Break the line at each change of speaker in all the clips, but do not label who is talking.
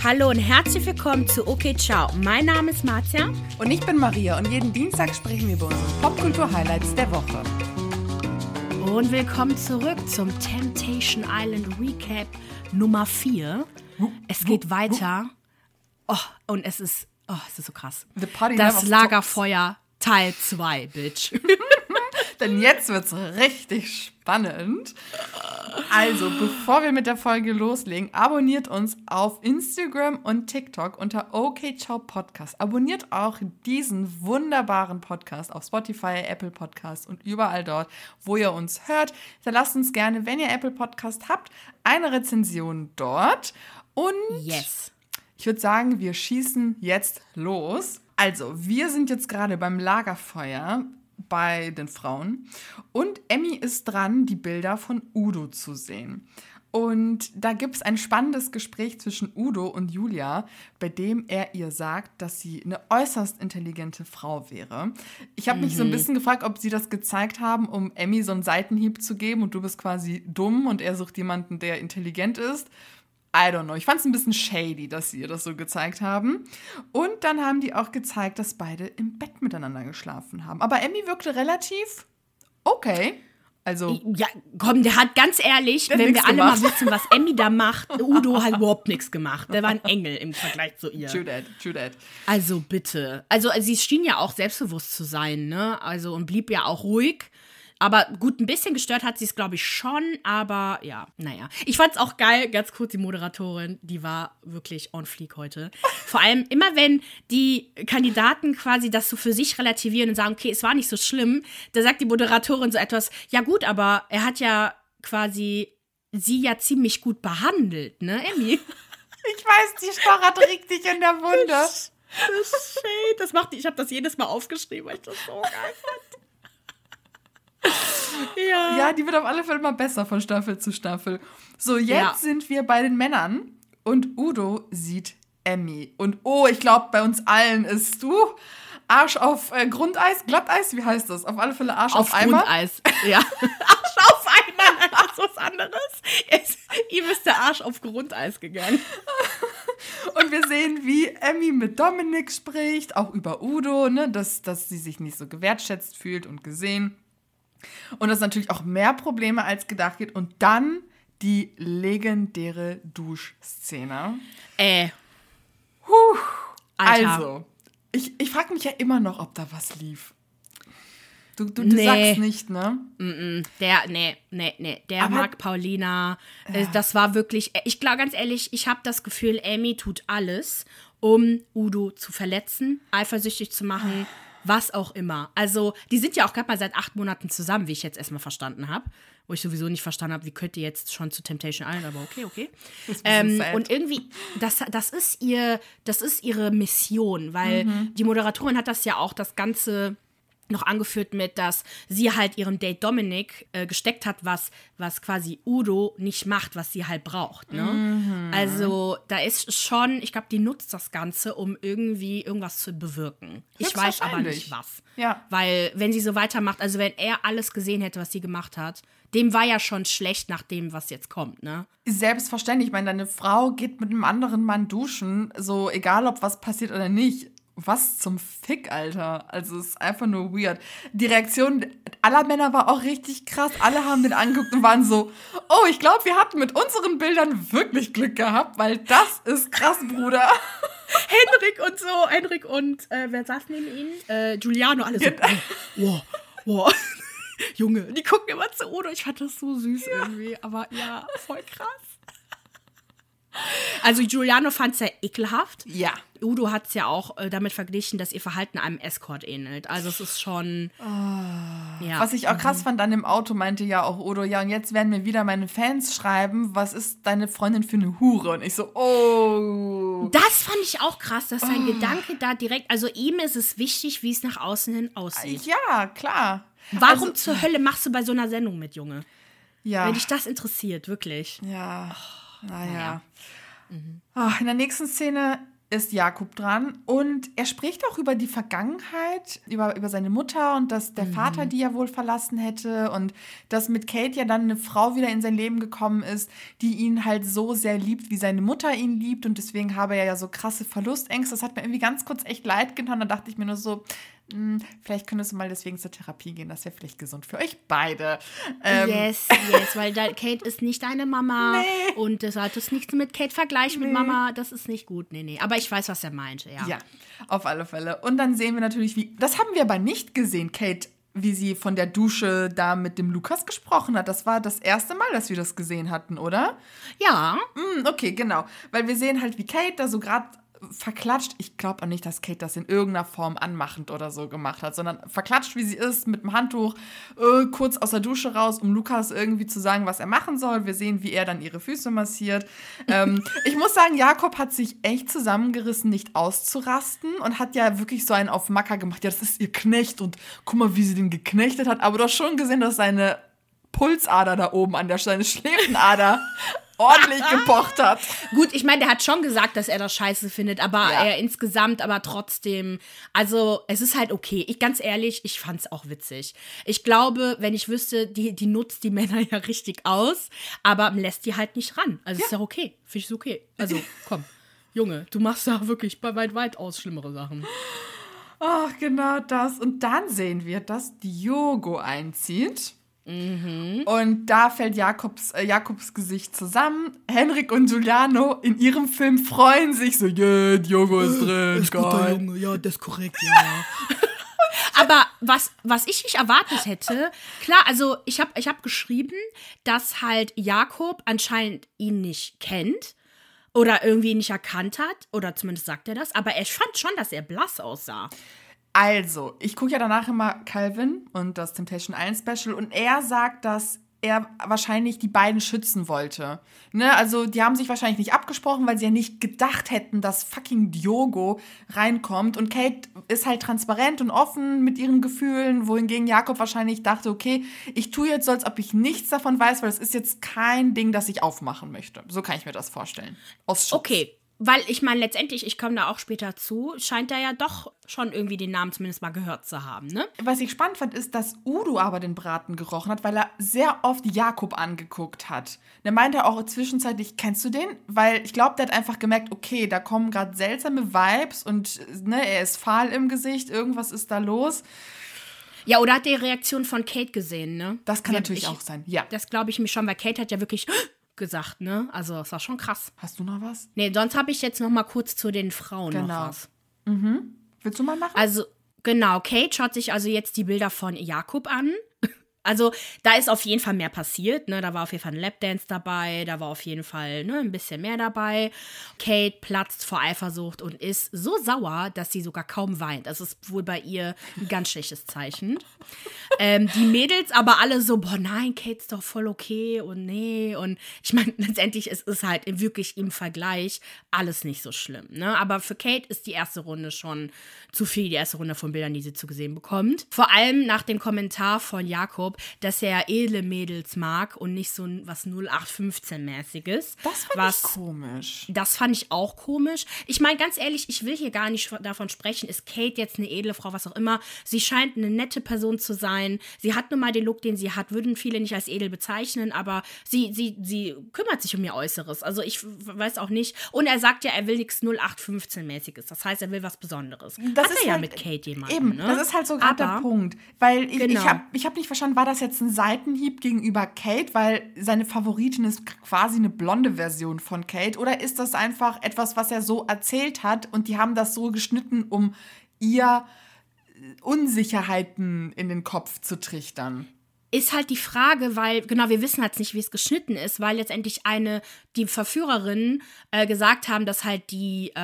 Hallo und herzlich willkommen zu Okay Ciao. Mein Name ist Marzia.
Und ich bin Maria und jeden Dienstag sprechen wir über unsere Popkultur-Highlights der Woche.
Und willkommen zurück zum Temptation Island Recap Nummer 4. Es geht weiter. Und es ist so krass. Das Lagerfeuer Teil 2, Bitch.
Denn jetzt wird's richtig spannend. Also, bevor wir mit der Folge loslegen, abonniert uns auf Instagram und TikTok unter Okay Ciao Podcast. Abonniert auch diesen wunderbaren Podcast auf Spotify, Apple Podcast und überall dort, wo ihr uns hört. Hinterlasst uns gerne, wenn ihr Apple Podcast habt, eine Rezension dort. Und ich würde sagen, wir schießen jetzt los. Also, wir sind jetzt gerade beim Lagerfeuer bei den Frauen und Emmy ist dran, die Bilder von Udo zu sehen. Und da gibt es ein spannendes Gespräch zwischen Udo und Julia, bei dem er ihr sagt, dass sie eine äußerst intelligente Frau wäre. Ich habe mich so ein bisschen gefragt, ob sie das gezeigt haben, um Emmy so einen Seitenhieb zu geben und du bist quasi dumm und er sucht jemanden, der intelligent ist. I don't know. Ich fand es ein bisschen shady, dass sie ihr das so gezeigt haben. Und dann haben die auch gezeigt, dass beide im Bett miteinander geschlafen haben. Aber Emmy wirkte relativ okay. Also,
ja, komm, der hat ganz ehrlich, wenn wir alle mal wissen, was Emmy da macht, Udo hat überhaupt nichts gemacht. Der war ein Engel im Vergleich zu ihr.
True that.
Also bitte. Also sie schien ja auch selbstbewusst zu sein, ne? Also und blieb ja auch ruhig. Aber gut, ein bisschen gestört hat sie es, glaube ich, schon. Aber ja, naja. Ich fand es auch geil, ganz kurz, die Moderatorin, die war wirklich on fleek heute. Vor allem immer, wenn die Kandidaten quasi das so für sich relativieren und sagen, okay, es war nicht so schlimm, da sagt die Moderatorin so etwas, ja gut, aber er hat ja quasi sie ja ziemlich gut behandelt, ne, Emmy?
Ich weiß, die stochert richtig in der Wunde.
Das Shade, das macht die, ich habe das jedes Mal aufgeschrieben, weil ich das so geil fand.
Ja, die wird auf alle Fälle mal besser von Staffel zu Staffel. So, jetzt sind wir bei den Männern und Udo sieht Emmy. Und ich glaube, bei uns allen ist du Arsch auf Grundeis, Glatteis, wie heißt das? Auf alle Fälle Arsch auf Eimer.
Grundeis, ja. Arsch auf Eimer, nein, das ist was anderes. Ihm ist der Arsch auf Grundeis gegangen.
Und wir sehen, wie Emmy mit Dominik spricht, auch über Udo, ne, dass sie sich nicht so gewertschätzt fühlt und gesehen. Und das natürlich auch mehr Probleme als gedacht geht. Und dann die legendäre Duschszene.
Alter.
Also, ich frage mich ja immer noch, ob da was lief. Du sagst nicht, ne?
Der mag Paulina. Das war wirklich, ich glaube ganz ehrlich, ich habe das Gefühl, Emmy tut alles, um Udo zu verletzen, eifersüchtig zu machen. Was auch immer. Also, die sind ja auch gerade mal seit 8 Monaten zusammen, wie ich jetzt erstmal verstanden habe. Wo ich sowieso nicht verstanden habe, wie könnt ihr jetzt schon zu Temptation Island, aber okay. Und irgendwie, das ist ihre Mission, weil die Moderatorin hat das ja auch das Ganze noch angeführt mit, dass sie halt ihrem Date Dominik gesteckt hat, was quasi Udo nicht macht, was sie halt braucht, ne? Also da ist schon, ich glaube, die nutzt das Ganze, um irgendwie irgendwas zu bewirken. Ich weiß aber nicht was.
Ja.
Weil, wenn sie so weitermacht, also wenn er alles gesehen hätte, was sie gemacht hat, dem war ja schon schlecht nach dem, was jetzt kommt, ne?
Selbstverständlich. Ich meine, deine Frau geht mit einem anderen Mann duschen, so egal, ob was passiert oder nicht. Was zum Fick, Alter. Also es ist einfach nur weird. Die Reaktion aller Männer war auch richtig krass. Alle haben den angeguckt und waren so, ich glaube, wir hatten mit unseren Bildern wirklich Glück gehabt, weil das ist krass, Bruder.
Henrik und wer saß neben ihnen? Giuliano, alle so, wow. Junge, die gucken immer zu Udo. Ich fand das so süß irgendwie, aber ja, voll krass. Also Giuliano fand es ja ekelhaft.
Ja.
Udo hat es ja auch damit verglichen, dass ihr Verhalten einem Escort ähnelt. Also es ist schon... ja.
Was ich auch krass fand, dann im Auto meinte ja auch Udo, ja, und jetzt werden mir wieder meine Fans schreiben, was ist deine Freundin für eine Hure? Und ich so,
Das fand ich auch krass, dass sein Gedanke da direkt... Also ihm ist es wichtig, wie es nach außen hin aussieht.
Ja, klar.
Warum zur Hölle machst du bei so einer Sendung mit, Junge?
Ja.
Wenn dich das interessiert, wirklich.
Ja. Naja. In der nächsten Szene ist Jakob dran und er spricht auch über die Vergangenheit, über seine Mutter und dass der Vater die ja wohl verlassen hätte und dass mit Kate ja dann eine Frau wieder in sein Leben gekommen ist, die ihn halt so sehr liebt, wie seine Mutter ihn liebt und deswegen habe er ja so krasse Verlustängste. Das hat mir irgendwie ganz kurz echt leid getan. Da dachte ich mir nur so, vielleicht könntest du mal deswegen zur Therapie gehen. Das wäre vielleicht gesund für euch beide.
Yes, weil Kate ist nicht deine Mama. Nee. Und du solltest nichts mit Kate vergleichen mit Mama. Das ist nicht gut. Nee. Aber ich weiß, was er meinte, ja.
Ja, auf alle Fälle. Und dann sehen wir natürlich, das haben wir aber nicht gesehen, Kate, wie sie von der Dusche da mit dem Lukas gesprochen hat. Das war das erste Mal, dass wir das gesehen hatten, oder?
Ja.
Okay, genau. Weil wir sehen halt, wie Kate da so gerade verklatscht. Ich glaube auch nicht, dass Kate das in irgendeiner Form anmachend oder so gemacht hat, sondern verklatscht, wie sie ist, mit dem Handtuch kurz aus der Dusche raus, um Lukas irgendwie zu sagen, was er machen soll. Wir sehen, wie er dann ihre Füße massiert. Ich muss sagen, Jakob hat sich echt zusammengerissen, nicht auszurasten und hat ja wirklich so einen auf Macker gemacht. Ja, das ist ihr Knecht und guck mal, wie sie den geknechtet hat. Aber du hast schon gesehen, dass seine Pulsader da oben seine Schläfenader ordentlich gepocht hat.
Gut, ich meine, der hat schon gesagt, dass er das scheiße findet, aber er insgesamt, aber trotzdem, also es ist halt okay. Ganz ehrlich, ich fand's auch witzig. Ich glaube, wenn ich wüsste, die nutzt die Männer ja richtig aus, aber lässt die halt nicht ran. Also ist ja okay. Finde ich okay. Also komm, Junge, du machst da wirklich bei weitaus schlimmere Sachen.
Ach, genau das. Und dann sehen wir, dass Diogo einzieht. Und da fällt Jakobs Gesicht zusammen. Henrik und Giuliano in ihrem Film freuen sich so, yeah, Diogo ist drin,
ist guter Junge, ja, das ist korrekt, ja. Aber was ich nicht erwartet hätte, klar, also ich hab geschrieben, dass halt Jakob anscheinend ihn nicht kennt oder irgendwie nicht erkannt hat, oder zumindest sagt er das, aber ich fand schon, dass er blass aussah.
Also, ich gucke ja danach immer Calvin und das Temptation Island Special und er sagt, dass er wahrscheinlich die beiden schützen wollte. Ne? Also, die haben sich wahrscheinlich nicht abgesprochen, weil sie ja nicht gedacht hätten, dass fucking Diogo reinkommt. Und Kate ist halt transparent und offen mit ihren Gefühlen, wohingegen Jakob wahrscheinlich dachte, okay, ich tue jetzt so, als ob ich nichts davon weiß, weil es ist jetzt kein Ding, das ich aufmachen möchte. So kann ich mir das vorstellen. Aus Schutz.
Okay. Weil ich meine, letztendlich, ich komme da auch später zu, scheint er ja doch schon irgendwie den Namen zumindest mal gehört zu haben, ne?
Was ich spannend fand, ist, dass Udo aber den Braten gerochen hat, weil er sehr oft Jakob angeguckt hat. Der meinte auch zwischenzeitlich, kennst du den? Weil ich glaube, der hat einfach gemerkt, okay, da kommen gerade seltsame Vibes und ne, er ist fahl im Gesicht, irgendwas ist da los.
Ja, oder hat die Reaktion von Kate gesehen, ne?
Das kann natürlich auch sein, ja.
Das glaube ich mir schon, weil Kate hat ja wirklich gesagt, ne? Also, das war schon krass.
Hast du noch was?
Nee, sonst habe ich jetzt noch mal kurz zu den Frauen noch was.
Willst du mal machen?
Also, genau, Kate schaut sich also jetzt die Bilder von Jakob an. Also, da ist auf jeden Fall mehr passiert, ne? Da war auf jeden Fall ein Lapdance dabei, da war auf jeden Fall, ne, ein bisschen mehr dabei. Kate platzt vor Eifersucht und ist so sauer, dass sie sogar kaum weint. Das ist wohl bei ihr ein ganz schlechtes Zeichen. Die Mädels aber alle so, boah, nein, Kate ist doch voll okay und nee. Und ich meine, letztendlich ist es halt wirklich im Vergleich alles nicht so schlimm, ne? Aber für Kate ist die erste Runde schon zu viel, die erste Runde von Bildern, die sie zu sehen bekommt. Vor allem nach dem Kommentar von Jakob, dass er edle Mädels mag und nicht so was 0815-mäßiges.
Das fand ich komisch.
Das fand ich auch komisch. Ich meine, ganz ehrlich, ich will hier gar nicht davon sprechen, ist Kate jetzt eine edle Frau, was auch immer. Sie scheint eine nette Person zu sein. Sie hat nun mal den Look, den sie hat, würden viele nicht als edel bezeichnen, aber sie kümmert sich um ihr Äußeres. Also ich weiß auch nicht. Und er sagt ja, er will nichts 0815-mäßiges. Das heißt, er will was Besonderes.
Das
hat
ist
er ja
halt,
mit Kate jemanden.
Eben,
ne?
Das ist halt so gerade der Punkt. Weil ich hab nicht verstanden, war das jetzt ein Seitenhieb gegenüber Kate, weil seine Favoritin ist quasi eine blonde Version von Kate? Oder ist das einfach etwas, was er so erzählt hat und die haben das so geschnitten, um ihr Unsicherheiten in den Kopf zu trichtern?
Ist halt die Frage, weil, genau, wir wissen halt nicht, wie es geschnitten ist, weil letztendlich die Verführerinnen gesagt haben, dass halt die,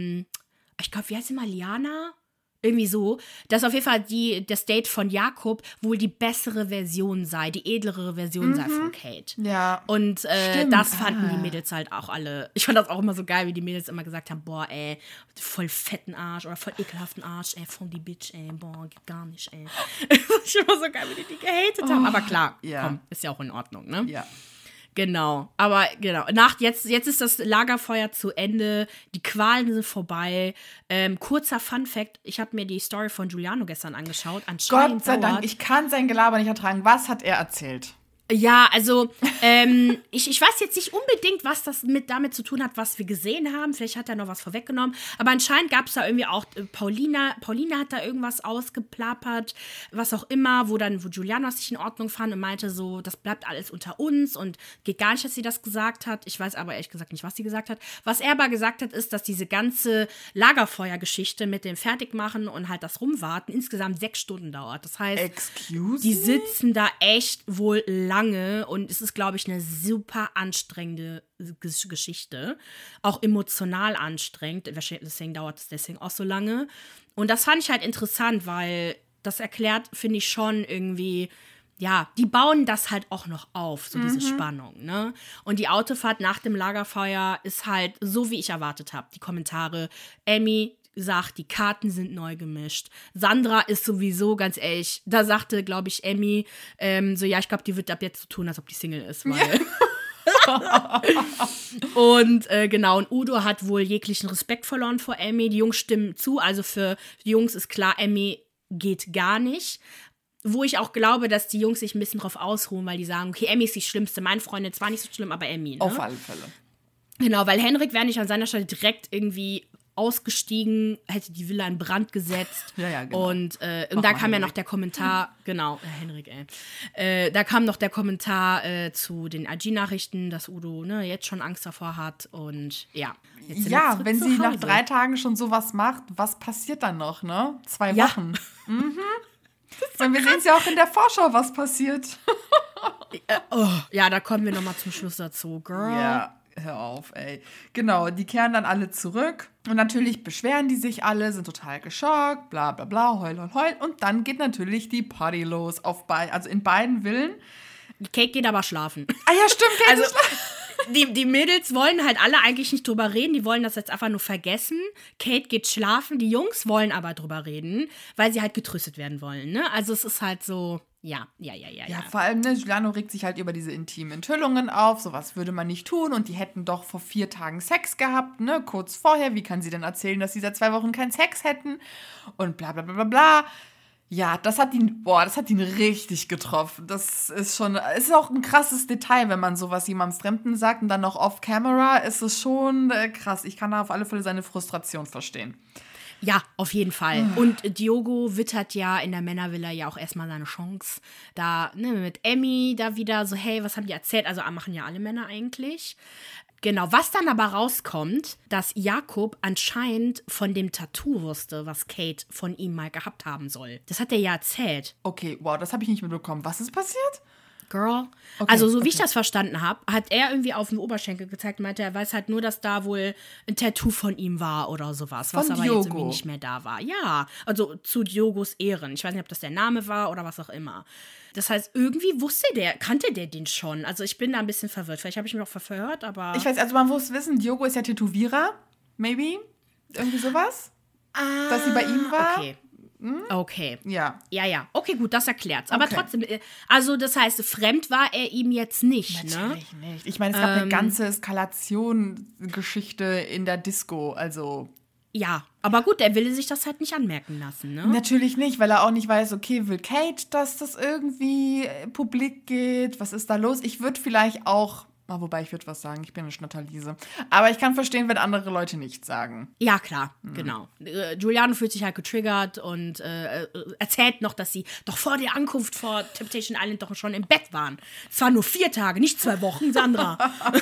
ich glaube, wie heißt sie mal, Liana? Irgendwie so, dass auf jeden Fall das Date von Jakob wohl die bessere Version sei, die edlere Version sei von Kate.
Ja.
Und das fanden die Mädels halt auch alle. Ich fand das auch immer so geil, wie die Mädels immer gesagt haben, boah, ey, voll fetten Arsch oder voll ekelhaften Arsch, ey, von die Bitch, ey, boah, geht gar nicht, ey. Ich immer so geil, wie die gehatet haben. Aber klar, komm, ist ja auch in Ordnung, ne?
Ja.
Genau, aber genau. Jetzt ist das Lagerfeuer zu Ende, die Qualen sind vorbei. Kurzer Funfact, ich habe mir die Story von Giuliano gestern angeschaut. Anscheinend
Gott sei Dank, ich kann sein Gelaber nicht ertragen. Was hat er erzählt?
Ja, also ich weiß jetzt nicht unbedingt, was das damit zu tun hat, was wir gesehen haben. Vielleicht hat er noch was vorweggenommen. Aber anscheinend gab es da irgendwie auch, Paulina hat da irgendwas ausgeplappert, was auch immer, wo Giuliano sich in Ordnung fand und meinte so, das bleibt alles unter uns und geht gar nicht, dass sie das gesagt hat. Ich weiß aber ehrlich gesagt nicht, was sie gesagt hat. Was er aber gesagt hat, ist, dass diese ganze Lagerfeuergeschichte mit dem Fertigmachen und halt das Rumwarten insgesamt 6 Stunden dauert. Das heißt, die sitzen da echt wohl lange und es ist, glaube ich, eine super anstrengende Geschichte. Auch emotional anstrengend. Deswegen dauert es deswegen auch so lange. Und das fand ich halt interessant, weil das erklärt, finde ich, schon irgendwie, ja, die bauen das halt auch noch auf, so diese Spannung, ne? Und die Autofahrt nach dem Lagerfeuer ist halt so, wie ich erwartet habe. Die Kommentare, Emmy sagt, die Karten sind neu gemischt. Sandra ist sowieso, ganz ehrlich, da sagte, glaube ich, Emmy, so, ja, ich glaube, die wird ab jetzt so tun, als ob die Single ist, weil... Ja. Und genau, und Udo hat wohl jeglichen Respekt verloren vor Emmy. Die Jungs stimmen zu, also für die Jungs ist klar, Emmy geht gar nicht. Wo ich auch glaube, dass die Jungs sich ein bisschen drauf ausruhen, weil die sagen, okay, Emmy ist die Schlimmste. Meine Freundin zwar nicht so schlimm, aber Emmy, ne?
Auf alle Fälle.
Genau, weil Henrik wäre nicht an seiner Stelle direkt irgendwie ausgestiegen, hätte die Villa in Brand gesetzt.
Ja, genau.
Und da kam ja noch der Kommentar, genau, Henrik, da kam noch der Kommentar zu den IG-Nachrichten, dass Udo jetzt schon Angst davor hat und ja.
Ja, wenn sie nach 3 Tagen schon sowas macht, was passiert dann noch, ne? 2 Wochen. Und wir sehen es ja auch in der Vorschau, was passiert.
Ja, da kommen wir nochmal zum Schluss dazu, girl.
Ja. Hör auf, ey. Genau, die kehren dann alle zurück. Und natürlich beschweren die sich alle, sind total geschockt, bla bla bla, heul, heul, heul. Und dann geht natürlich die Party los, also in beiden Villen.
Kate geht aber schlafen.
Ah ja, stimmt, Kate
also, die Mädels wollen halt alle eigentlich nicht drüber reden, die wollen das jetzt einfach nur vergessen. Kate geht schlafen, die Jungs wollen aber drüber reden, weil sie halt getröstet werden wollen, ne? Also es ist halt so... Ja. Ja,
vor allem, ne, Giuliano regt sich halt über diese intimen Enthüllungen auf, sowas würde man nicht tun und die hätten doch vor 4 Tagen Sex gehabt, ne, kurz vorher, wie kann sie denn erzählen, dass sie seit 2 Wochen keinen Sex hätten und bla bla bla bla bla. Ja, das hat ihn richtig getroffen. Das ist auch ein krasses Detail, wenn man sowas jemandem Fremden sagt und dann noch off-camera, ist es schon krass. Ich kann da auf alle Fälle seine Frustration verstehen.
Ja, auf jeden Fall. Und Diogo wittert ja in der Männervilla ja auch erstmal seine Chance. Da, mit Emmy da wieder so, hey, was haben die erzählt? Also machen ja alle Männer eigentlich. Genau, was dann aber rauskommt, dass Jakob anscheinend von dem Tattoo wusste, was Kate von ihm mal gehabt haben soll. Das hat er ja erzählt.
Okay, wow, das habe ich nicht mitbekommen. Was ist passiert?
Girl. Okay, also so wie ich das verstanden habe, hat er irgendwie auf den Oberschenkel gezeigt, meinte, er weiß halt nur, dass da wohl ein Tattoo von ihm war oder sowas, was aber jetzt irgendwie nicht mehr da war. Ja, also zu Diogos Ehren. Ich weiß nicht, ob das der Name war oder was auch immer. Das heißt, irgendwie kannte der den schon. Also ich bin da ein bisschen verwirrt. Vielleicht habe ich mich auch verhört, aber...
Ich weiß, also man muss wissen, Diogo ist ja Tätowierer, maybe, irgendwie sowas, dass sie bei ihm war.
Okay. Okay.
Ja.
Ja. Okay, gut, das erklärt's. Aber trotzdem, also das heißt, fremd war er ihm jetzt nicht,
Natürlich nicht. Ich meine, es gab eine ganze Eskalation-Geschichte in der Disco, also...
Ja, aber gut, er will sich das halt nicht anmerken lassen, ne?
Natürlich nicht, weil er auch nicht weiß, okay, will Kate, dass das irgendwie publik geht? Was ist da los? Ich würde vielleicht auch... Wobei, ich würde was sagen, ich bin eine Schnatterliese. Aber ich kann verstehen, wenn andere Leute nichts sagen.
Ja, klar, genau. Giuliano fühlt sich halt getriggert und erzählt noch, dass sie doch vor der Ankunft vor Temptation Island doch schon im Bett waren. Es waren nur 4 Tage, nicht 2 Wochen, Sandra.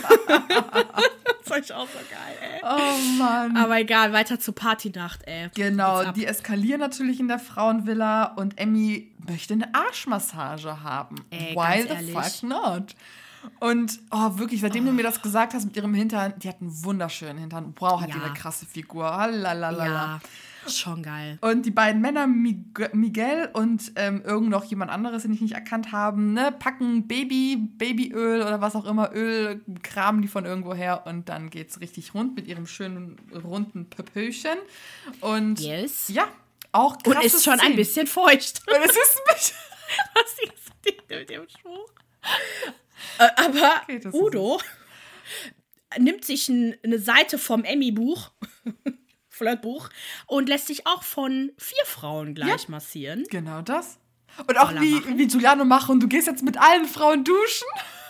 Das fand ich auch so geil, ey.
Oh Mann.
Aber egal, weiter zur Partynacht, ey.
Genau, die eskalieren natürlich in der Frauenvilla und Emmy möchte eine Arschmassage haben.
Ey,
Why
ganz
the
ehrlich.
fuck not? Und, wirklich, seitdem du mir das gesagt hast mit ihrem Hintern, die hat einen wunderschönen Hintern. Wow, hat die eine krasse Figur. Halalala.
Ja, schon geil.
Und die beiden Männer, Miguel und irgend noch jemand anderes, den ich nicht erkannt habe, ne, packen Babyöl oder was auch immer, Öl, kramen die von irgendwo her und dann geht's richtig rund mit ihrem schönen, runden Pöpöchen. Und ja, auch krass.
Und ist schon ein bisschen feucht.
Und es ist ein bisschen...
Was ist das mit dem Spruch? Aber
Okay, das ist
Udo nimmt sich eine Seite vom Emmy-Buch, Flirtbuch, und lässt sich auch von 4 Frauen gleich massieren.
Genau das. Und auch
Soll er
wie,
machen?
wie Giuliano macht und du gehst jetzt mit allen Frauen duschen.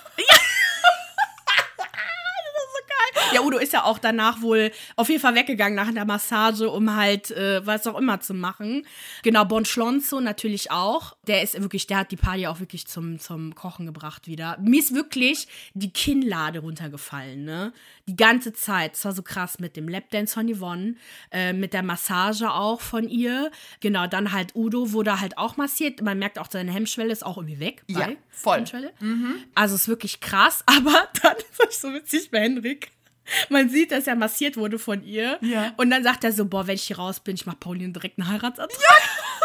Ja, Udo ist ja auch danach wohl auf jeden Fall weggegangen nach der Massage, um halt was auch immer zu machen. Genau, Bon Schlonzo natürlich auch. Der hat die Party auch wirklich zum Kochen gebracht wieder. Mir ist wirklich die Kinnlade runtergefallen, ne? Die ganze Zeit. Es war so krass mit dem Lapdance von Yvonne, mit der Massage auch von ihr. Genau, dann halt Udo wurde halt auch massiert. Man merkt auch, seine Hemmschwelle ist auch irgendwie weg.
Ja, voll.
Hemmschwelle. Also ist wirklich krass. Aber dann ist es so witzig bei Henrik. Man sieht, dass er massiert wurde von ihr.
Ja.
Und dann sagt er so, boah, wenn ich hier raus bin, ich mach Pauline direkt einen Heiratsantrag. Ja.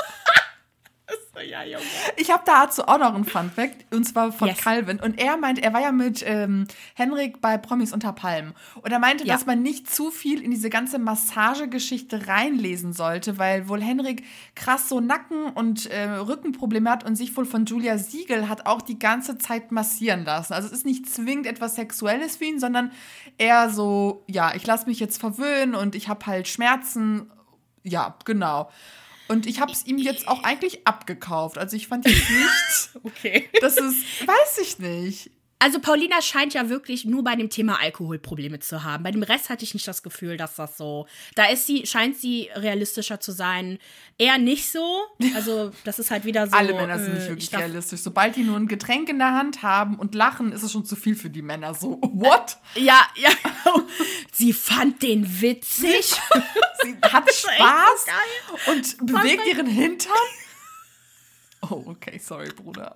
So, ja, Junge.
Ich habe dazu auch noch einen Funfact, und zwar von
Yes.
Calvin. Und er meinte, er war ja mit Henrik bei Promis unter Palmen. Und er meinte,
Ja.
dass man nicht zu viel in diese ganze Massagegeschichte reinlesen sollte, weil wohl Henrik krass so Nacken- und Rückenprobleme hat und sich wohl von Julia Siegel hat auch die ganze Zeit massieren lassen. Also es ist nicht zwingend etwas Sexuelles für ihn, sondern eher so, ja, ich lasse mich jetzt verwöhnen und ich habe halt Schmerzen. Ja, genau. Und ich habe es ihm jetzt auch eigentlich abgekauft. Also ich fand jetzt nicht,
Okay.
das ist, weiß ich nicht.
Also Paulina scheint ja wirklich nur bei dem Thema Alkohol Probleme zu haben. Bei dem Rest hatte ich nicht das Gefühl, dass das so. Scheint sie realistischer zu sein. Eher nicht so. Also, das ist halt wieder so.
Alle Männer sind nicht wirklich realistisch. Sobald die nur ein Getränk in der Hand haben und lachen, ist es schon zu viel für die Männer. So, what?
Ja. Sie fand den witzig.
Sie hat
ist echt
Spaß
so
und bewegt ihren Hintern. Oh, okay, sorry, Bruder.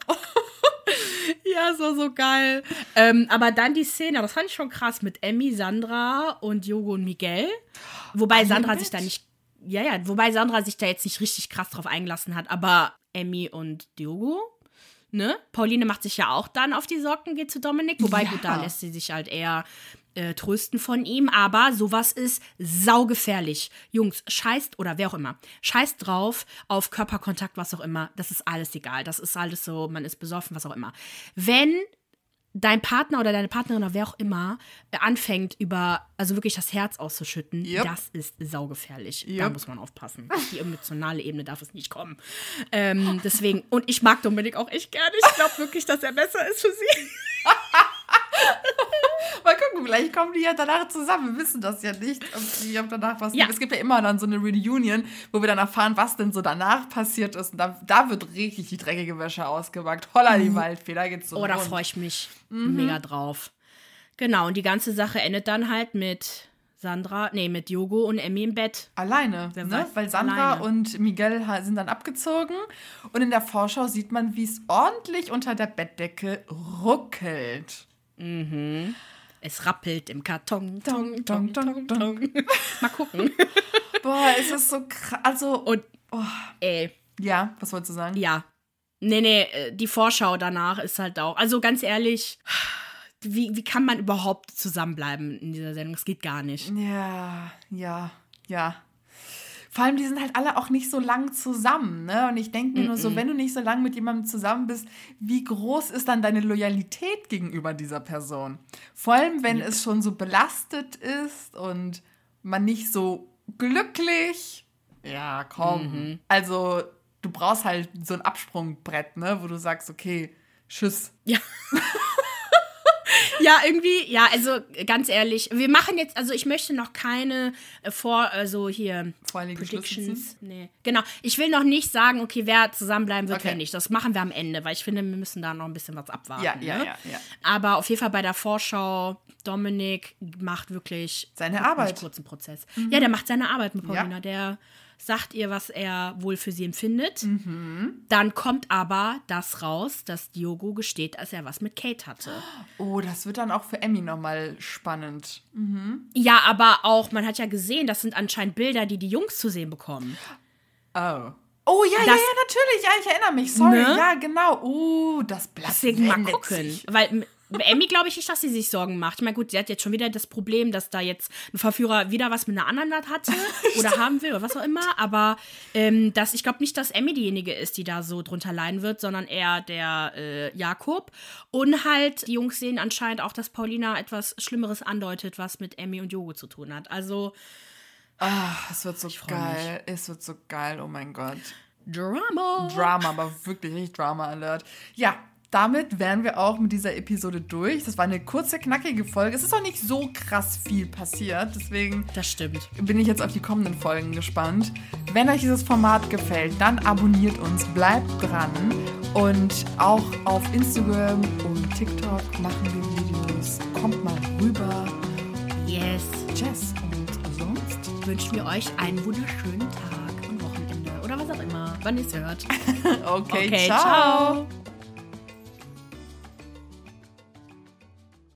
Ja, so geil. Aber dann die Szene, das fand ich schon krass, mit Emmy, Sandra und Jogo und Miguel. Wobei Sandra sich da nicht, wobei Sandra sich da jetzt nicht richtig krass drauf eingelassen hat, aber Emmy und Diogo, ne? Pauline macht sich ja auch dann auf die Socken, geht zu Dominik, wobei gut, da lässt sie sich halt eher trösten von ihm, aber sowas ist saugefährlich. Jungs, scheißt, oder wer auch immer, scheißt drauf auf Körperkontakt, was auch immer, das ist alles egal, das ist alles so, man ist besoffen, was auch immer. Wenn dein Partner oder deine Partnerin oder wer auch immer anfängt, also wirklich das Herz auszuschütten, das ist saugefährlich. Da muss man aufpassen. Auf die emotionale Ebene darf es nicht kommen. Deswegen, und ich mag Dominik auch echt gerne. Ich glaube wirklich, dass er besser ist für sie.
Mal gucken, vielleicht kommen die ja danach zusammen. Wir wissen das ja nicht, ob danach was gibt. Es gibt ja immer dann so eine Reunion, wo wir dann erfahren, was denn so danach passiert ist. Und da wird richtig die dreckige Wäsche ausgepackt. Holla die Waldfee, da geht's so
Oh, da
rund.
freue ich mich mega drauf. Genau, und die ganze Sache endet dann halt mit mit Jogo und Emmy im Bett.
Alleine, ne?
weiß,
Weil Sandra
alleine.
und Miguel sind dann abgezogen. Und in der Vorschau sieht man, wie es ordentlich unter der Bettdecke ruckelt.
Es rappelt im Karton.
Tong, tong, tong, tong.
Mal gucken.
Boah, es ist so krass. Also,
Und,
ja, was wolltest du sagen?
ja. Die Vorschau danach ist halt auch, also ganz ehrlich, wie kann man überhaupt zusammenbleiben in dieser Sendung? Das geht gar nicht.
Ja. Vor allem, die sind halt alle auch nicht so lang zusammen, ne? Und ich denke mir nur so, wenn du nicht so lang mit jemandem zusammen bist, wie groß ist dann deine Loyalität gegenüber dieser Person? Vor allem, wenn es schon so belastet ist und man nicht so glücklich. Ja, komm. Also, du brauchst halt so ein Absprungbrett, ne? Wo du sagst, okay, tschüss.
Ja. Ja, irgendwie, also ganz ehrlich, wir machen jetzt, also ich möchte noch keine
Voreinige
Predictions. Nee. Genau, ich will noch nicht sagen, okay, wer zusammenbleiben wird, wer nicht. Das machen wir am Ende, weil ich finde, wir müssen da noch ein bisschen was abwarten.
Ja.
Aber auf jeden Fall bei der Vorschau, Dominik macht wirklich
seine Arbeit.
Einen kurzen Prozess. Ja, der macht seine Arbeit mit Paulina, der sagt ihr, was er wohl für sie empfindet. Dann kommt aber das raus, dass Diogo gesteht, dass er was mit Kate hatte.
Oh, das wird dann auch für Emmy nochmal spannend.
Ja, aber auch, man hat ja gesehen, das sind anscheinend Bilder, die Jungs zu sehen bekommen.
Oh, ja, natürlich. Ja, ich erinnere mich. Sorry, ja, genau. Das Blatt
Deswegen mal
wendet
gucken.
sich.
Weil Emmy glaube ich nicht, dass sie sich Sorgen macht. Ich meine, gut, sie hat jetzt schon wieder das Problem, dass da jetzt ein Verführer wieder was mit einer anderen hatte oder haben will oder was auch immer. Aber ich glaube nicht, dass Emmy diejenige ist, die da so drunter leiden wird, sondern eher der Jakob. Und halt, die Jungs sehen anscheinend auch, dass Paulina etwas Schlimmeres andeutet, was mit Emmy und Jogo zu tun hat. Also,
es wird so geil. Es wird so geil, oh mein Gott.
Drama,
aber wirklich richtig Drama-Alert. Ja, damit wären wir auch mit dieser Episode durch. Das war eine kurze, knackige Folge. Es ist auch nicht so krass viel passiert. Deswegen
das stimmt.
Bin ich jetzt auf die kommenden Folgen gespannt. Wenn euch dieses Format gefällt, dann abonniert uns, bleibt dran. Und auch auf Instagram und TikTok machen wir Videos. Kommt mal rüber.
Yes.
Jess, und sonst
wünschen wir euch einen wunderschönen Tag und Wochenende oder was auch immer, wann ihr es hört.
Okay, ciao.